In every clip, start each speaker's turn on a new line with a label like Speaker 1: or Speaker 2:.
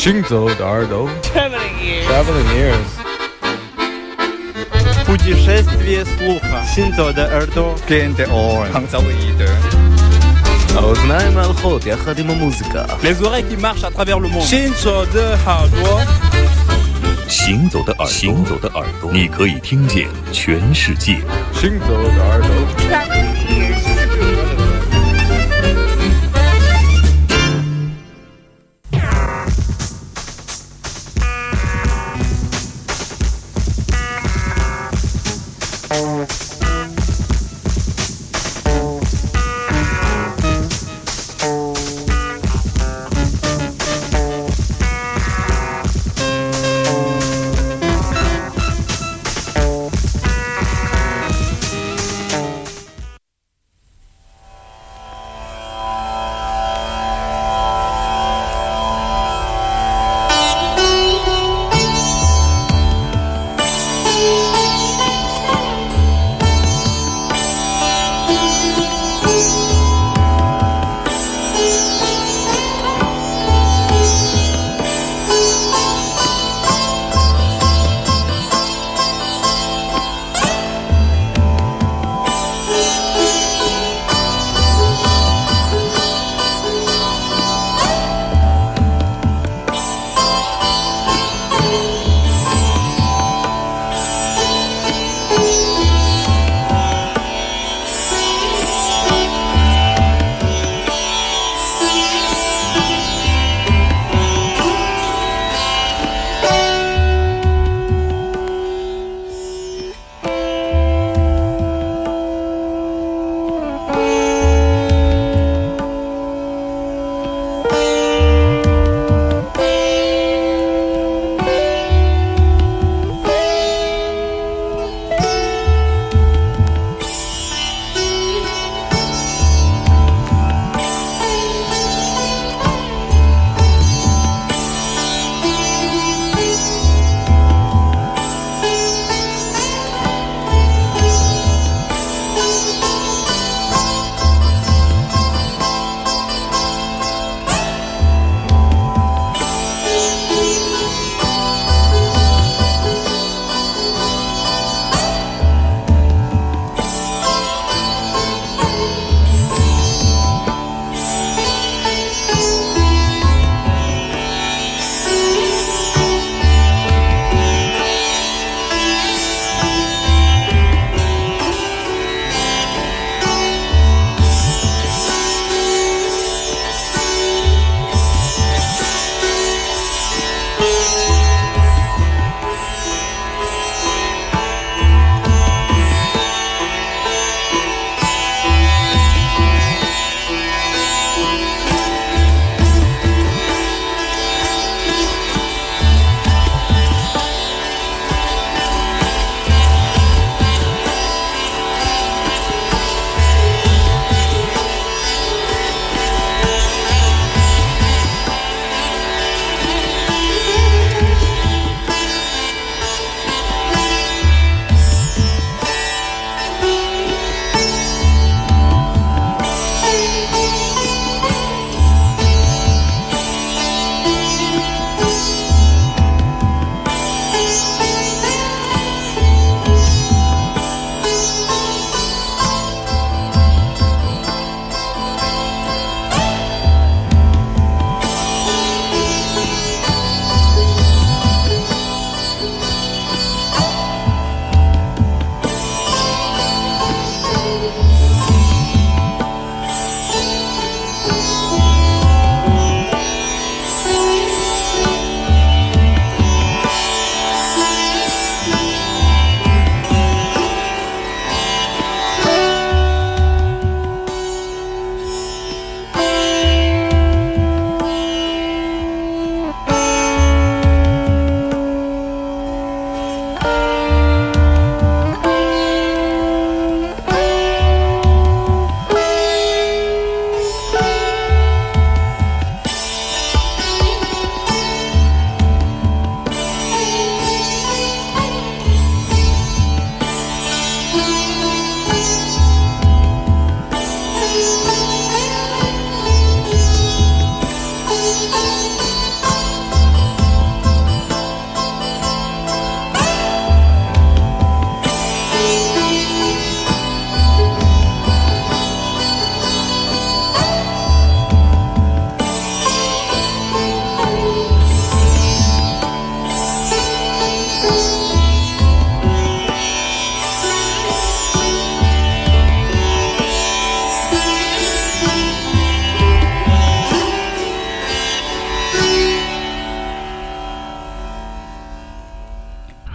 Speaker 1: 行走的耳朵
Speaker 2: Traveling ears.
Speaker 3: Путешествие слуха. Синзо де Эрдо.
Speaker 4: Gente on.
Speaker 2: Hanzaoide.
Speaker 1: האוזניים הלכות יחד עם המוזיקה.
Speaker 3: Les oreilles qui marchent à travers le monde.
Speaker 2: Shinzo de Hardware.
Speaker 5: 行走的耳朵，你可以听见全世界。
Speaker 1: 行走的耳朵。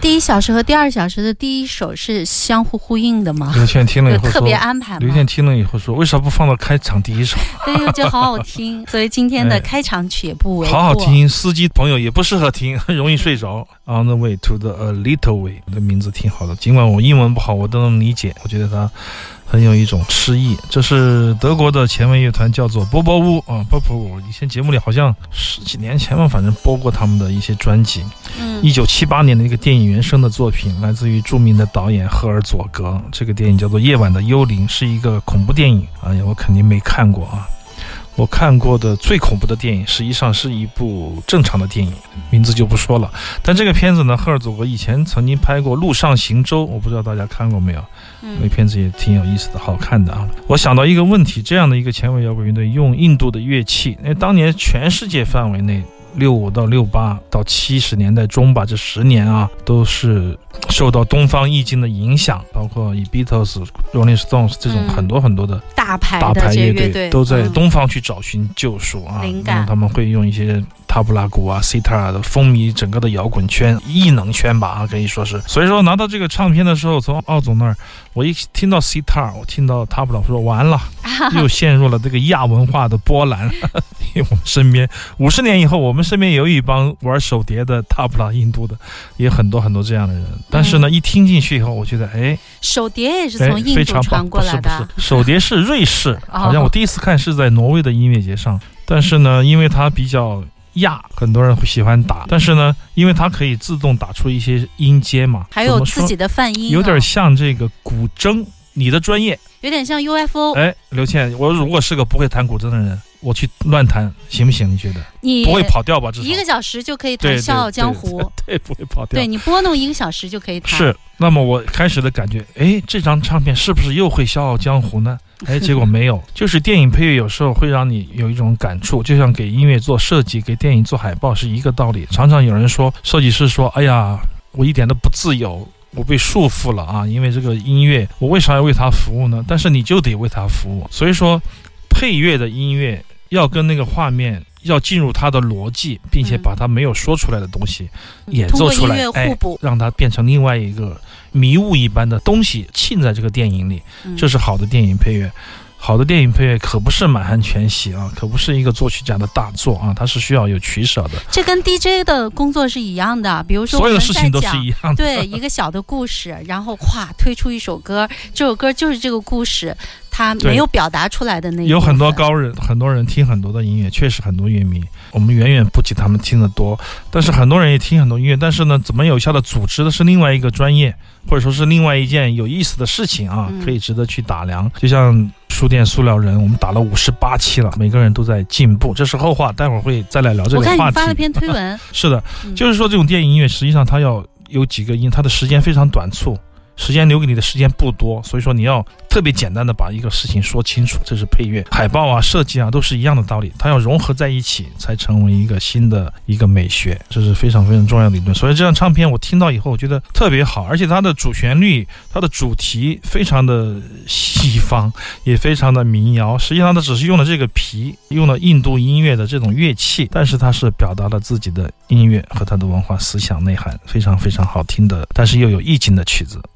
Speaker 4: 第一小时和第二小时的第一首是相互呼应的吗？
Speaker 6: 刘倩听了以后说，
Speaker 4: 特别安排吗？
Speaker 6: 刘倩听了以后说，为啥不放到开场第一首？
Speaker 4: 对，我觉得好好听。作为今天的开场曲也不为过。
Speaker 6: 好好听，司机朋友也不适合听，很容易睡着。On the way to the a little way 的名字挺好的，尽管我英文不好，我都能理解。我觉得它很有一种诗意。这是德国的前卫乐团，叫做波波屋啊。波波屋以前节目里好像10几年前吧，反正播过他们的一些专辑。1978年的一个电影原声的作品，来自于著名的导演赫尔佐格。这个电影叫做《夜晚的幽灵》，是一个恐怖电影。哎呀，我肯定没看过啊。我看过的最恐怖的电影实际上是一部正常的电影，名字就不说了。但这个片子呢，赫尔佐格以前曾经拍过《陆上行舟》，我不知道大家看过没有。那片子也挺有意思的，好看的啊。我想到一个问题，这样的一个前卫摇滚乐队用印度的乐器，因为当年全世界范围内65到68到70年代中吧，这10年啊，都是受到东方意境的影响，包括以 Beatles、Rolling Stones 这种很多很多的大牌乐队都在东方去找寻救赎啊，
Speaker 4: 灵感。
Speaker 6: 他们会用一些塔布拉鼓啊、sitar 的风靡整个的摇滚圈、艺能圈吧啊，可以说是。所以说拿到这个唱片的时候，从奥总那儿，我一听到 sitar， 我听到塔布拉，说完了，又陷入了这个亚文化的波澜。因为我们身边50年以后，我们身边有一帮玩手碟的塔布拉，印度的也很多很多这样的人。但是呢，一听进去以后，我觉得
Speaker 4: 手碟也是从印度传过来的。
Speaker 6: 不是手碟是瑞士，好像我第一次看是在挪威的音乐节上。但是呢，因为它比较压，很多人会喜欢打。但是呢，因为它可以自动打出一些音阶嘛，
Speaker 4: 还有自己的泛音，
Speaker 6: 有点像这个古筝。你的专业
Speaker 4: 有点像 UFO。
Speaker 6: 刘倩，我如果是个不会弹古筝的人，我去乱弹行不行？你觉得？你不会跑调吧？至少1
Speaker 4: 个小时就可以弹《笑傲江湖》。
Speaker 6: 对，不会跑调。
Speaker 4: 对，你拨弄1个小时就可以弹。
Speaker 6: 是。那么我开始的感觉，这张唱片是不是又会《笑傲江湖》呢？结果没有。就是电影配乐有时候会让你有一种感触，就像给音乐做设计、给电影做海报是一个道理。常常有人说，设计师说：“哎呀，我一点都不自由。”我被束缚了啊！因为这个音乐，我为啥要为它服务呢？但是你就得为它服务。所以说，配乐的音乐要跟那个画面要进入它的逻辑，并且把它没有说出来的东西演奏出来，让它变成另外一个迷雾一般的东西浸在这个电影里。这是好的电影配乐。好的电影配乐可不是满汉全席啊，可不是一个作曲家的大作啊，它是需要有取舍的。
Speaker 4: 这跟 DJ 的工作是一样的，比如说
Speaker 6: 所有的事情都是一样的。
Speaker 4: 对，一个小的故事，然后推出一首歌，这首歌就是这个故事他没有表达出来的那一部分。
Speaker 6: 有很多很多人听很多的音乐，确实很多乐迷，我们远远不及他们听得多。但是很多人也听很多音乐，但是呢，怎么有效的组织的是另外一个专业，或者说是另外一件有意思的事情啊，可以值得去打量。就像书店塑料人，我们打了58期了，每个人都在进步，这是后话，待会儿会再来聊这个话题。
Speaker 4: 我看你发了篇推文。
Speaker 6: 是的，就是说这种电影音乐实际上它要有几个音，它的时间非常短促。时间留给你的时间不多，所以说你要特别简单的把一个事情说清楚，这是配乐、海报啊、设计啊都是一样的道理，它要融合在一起才成为一个新的一个美学，这是非常非常重要的理论。所以这张唱片我听到以后我觉得特别好，而且它的主旋律、它的主题非常的西方，也非常的民谣。实际上它只是用了这个皮，用了印度音乐的这种乐器，但是它是表达了自己的音乐和它的文化思想内涵，非常非常好听的，但是又有意境的曲子。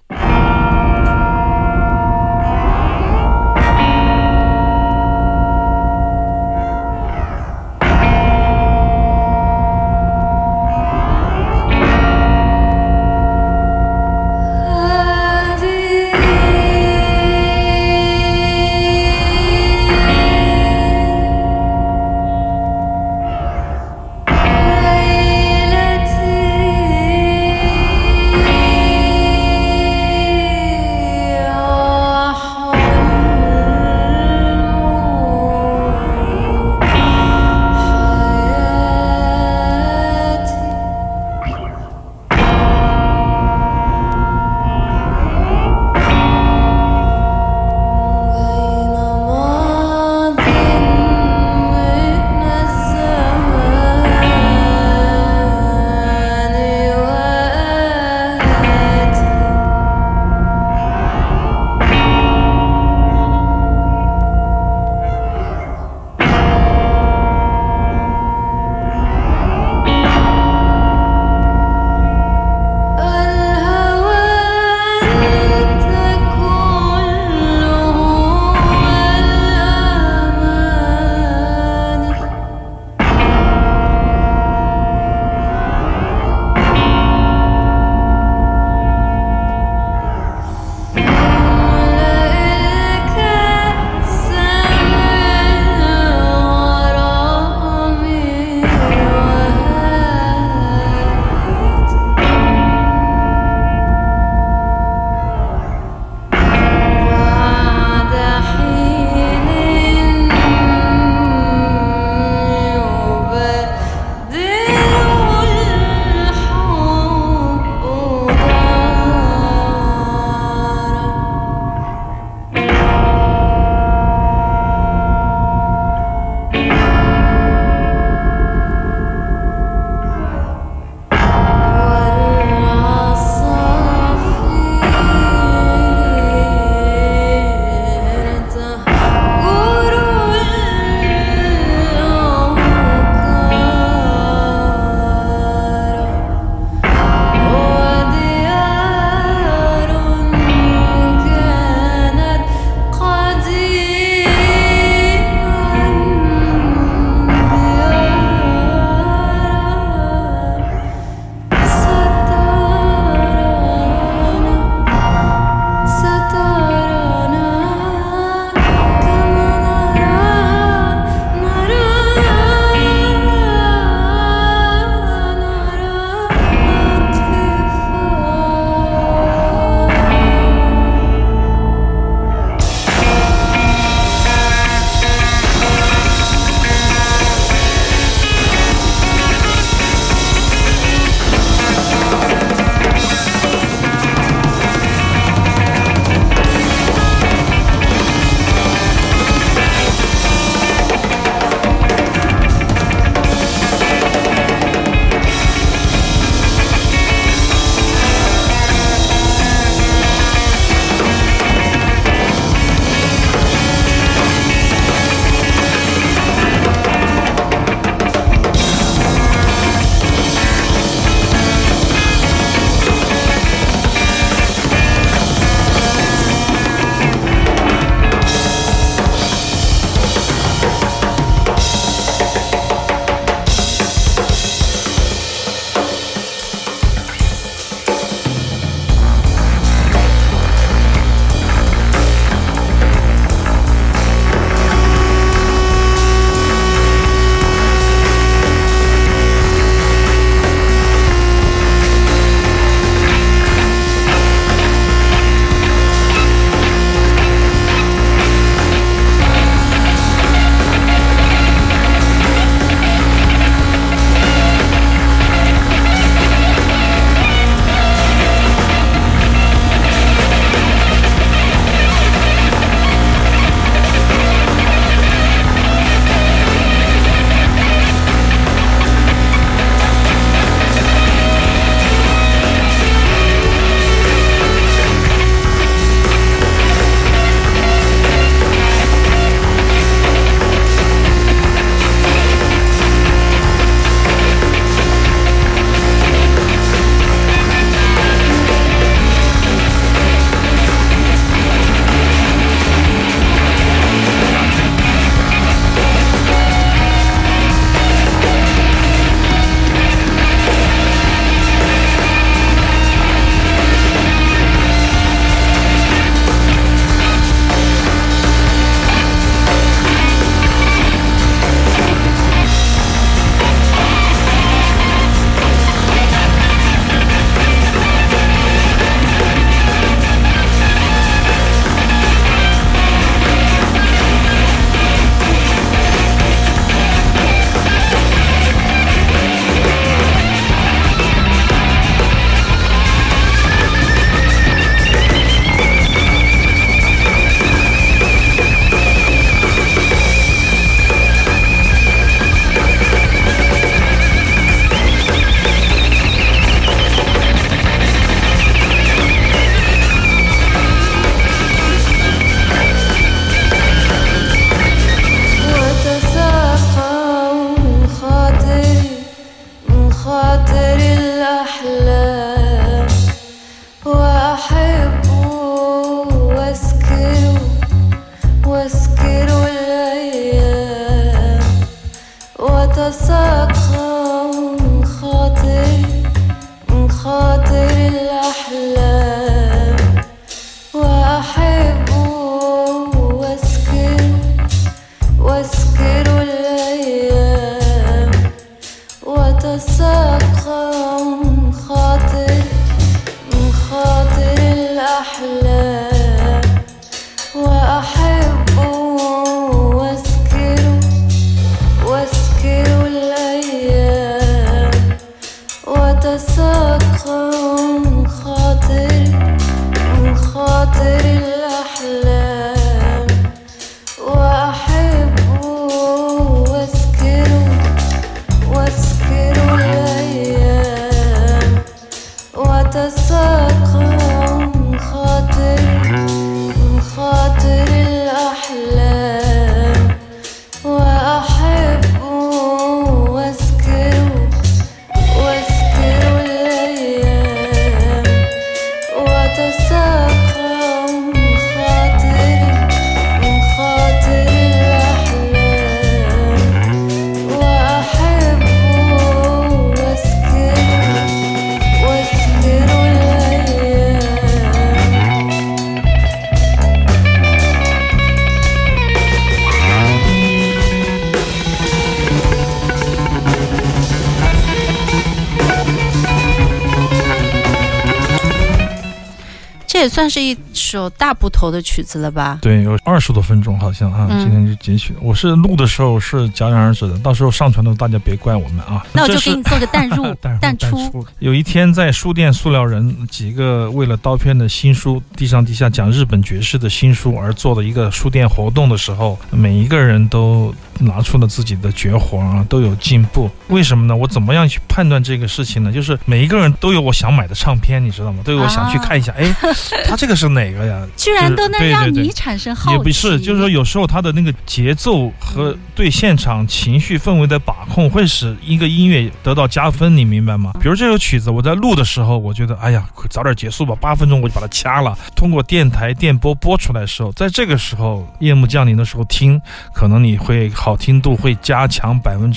Speaker 4: 这也算是一首大部头的曲子了吧？
Speaker 6: 对，有20多分钟好像啊。今天就截取，我是录的时候是戛然而止的，到时候上传的时候大家别怪我们啊。
Speaker 4: 那我就给你做个淡入淡出。
Speaker 6: 有一天在书店塑料人几个为了刀片的新书地上地下讲日本爵士的新书而做的一个书店活动的时候，每一个人都拿出了自己的绝活啊，都有进步。为什么呢？我怎么样去判断这个事情呢？就是每一个人都有我想买的唱片，你知道吗？都有我想去看一下，哎，他这个是哪个呀？
Speaker 4: 居然都能让你产生好奇。
Speaker 6: 也不是，就是说有时候他的那个节奏和对现场情绪氛围的把控会使一个音乐得到加分，你明白吗？比如这首曲子我在录的时候，我觉得哎呀早点结束吧，8分钟我就把它掐了，通过电台电波播出来的时候，在这个时候夜幕降临的时候听，可能你会好听度会加强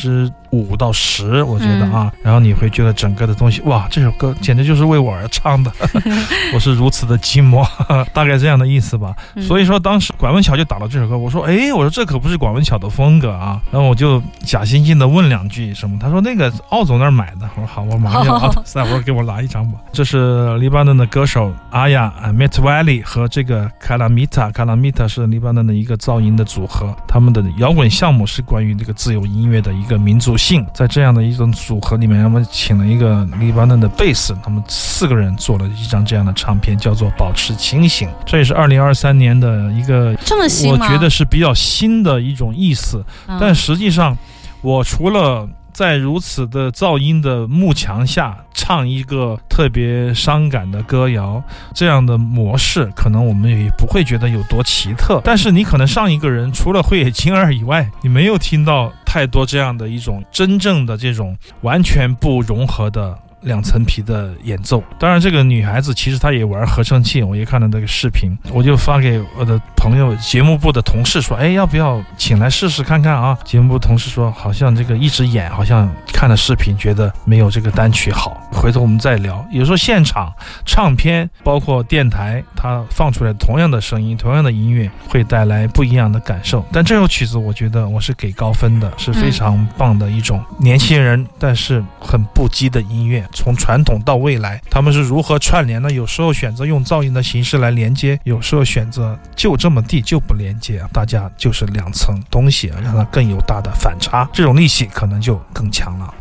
Speaker 6: 5%到10%，我觉得啊，然后你会觉得整个的东西，哇，这首歌简直就是为我而唱的，我是如此的寂寞，大概这样的意思吧。所以说当时管文巧就打了这首歌，我说这可不是管文巧的风格啊，然后我就假惺惺的问2句什么，他说那个奥总那儿买的，我说好，我马上要奥特赛，我说给我拿一张吧。这是黎巴嫩的歌手阿亚 Metwali 和这个卡拉米塔是黎巴嫩的一个噪音的组合，他们的摇滚项目是关于这个自由音乐的一个民族性，在这样的一种组合里面，他们请了一个黎巴嫩的贝斯，他们4个人做了一张这样的唱片，叫做保持清醒。这也是2023年的一个
Speaker 4: 这么新吗？
Speaker 6: 我觉得是比较新的一种意思，但实际上我除了在如此的噪音的幕墙下唱一个特别伤感的歌谣，这样的模式可能我们也不会觉得有多奇特，但是你可能上一个人除了慧野晶儿以外，你没有听到太多这样的一种真正的这种完全不融合的2层皮的演奏。当然这个女孩子其实她也玩合成器，我也看到这个视频，我就发给我的朋友节目部的同事说，要不要请来试试看看啊？节目部同事说好像这个一直演，好像看了视频觉得没有这个单曲好，回头我们再聊。有时候现场唱片包括电台它放出来同样的声音同样的音乐会带来不一样的感受，但这首曲子我觉得我是给高分的，是非常棒的一种年轻人但是很不羁的音乐，从传统到未来他们是如何串联呢？有时候选择用噪音的形式来连接，有时候选择就这么地就不连接，大家就是2层东西，让它更有大的反差，这种力气可能就更强了。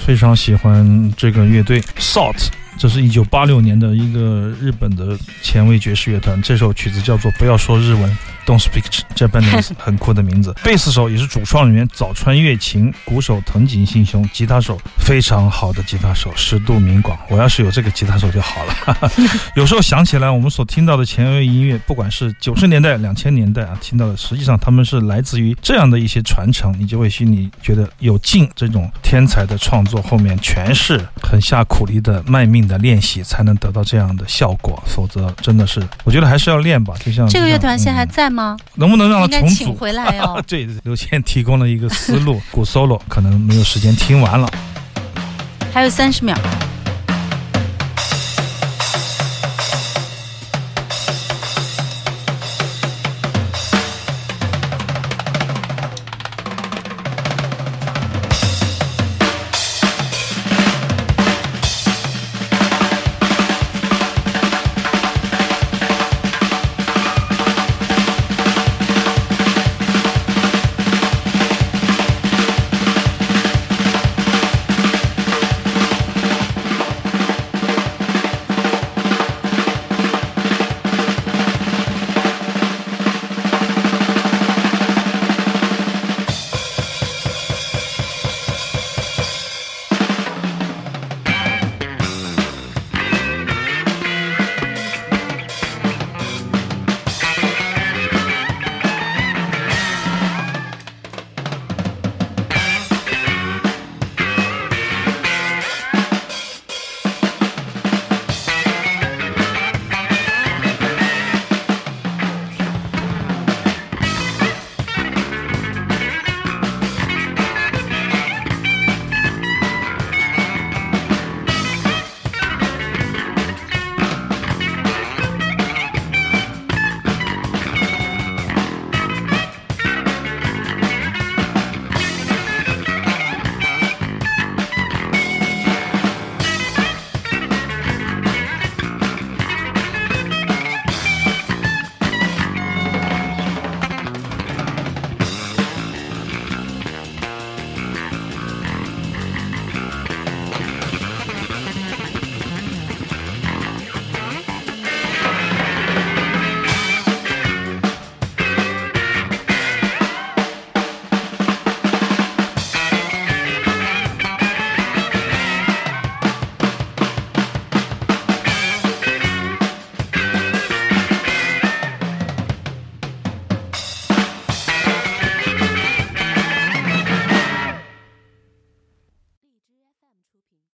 Speaker 6: 非常喜欢这个乐队 SALT。这是1986年的一个日本的前卫爵士乐团，这首曲子叫做不要说日文 Don't Speak Japanese 很酷的名字。贝斯手也是主创人员早川月琴，鼓手藤井信雄，吉他手非常好的吉他手石渡明广。我要是有这个吉他手就好了有时候想起来我们所听到的前卫音乐，不管是90年代2000年代啊，听到的实际上他们是来自于这样的一些传承，你就会心里觉得有劲。这种天才的创作后面全是很下苦力的卖命的练习才能得到这样的效果，否则真的是我觉得还是要练吧。就像
Speaker 4: 这个乐团现在还在吗？
Speaker 6: 能不能让它重组？
Speaker 4: 应该请回来哦
Speaker 6: 对，刘谦提供了一个思路鼓 solo 可能没有时间听完了，
Speaker 4: 还有30秒。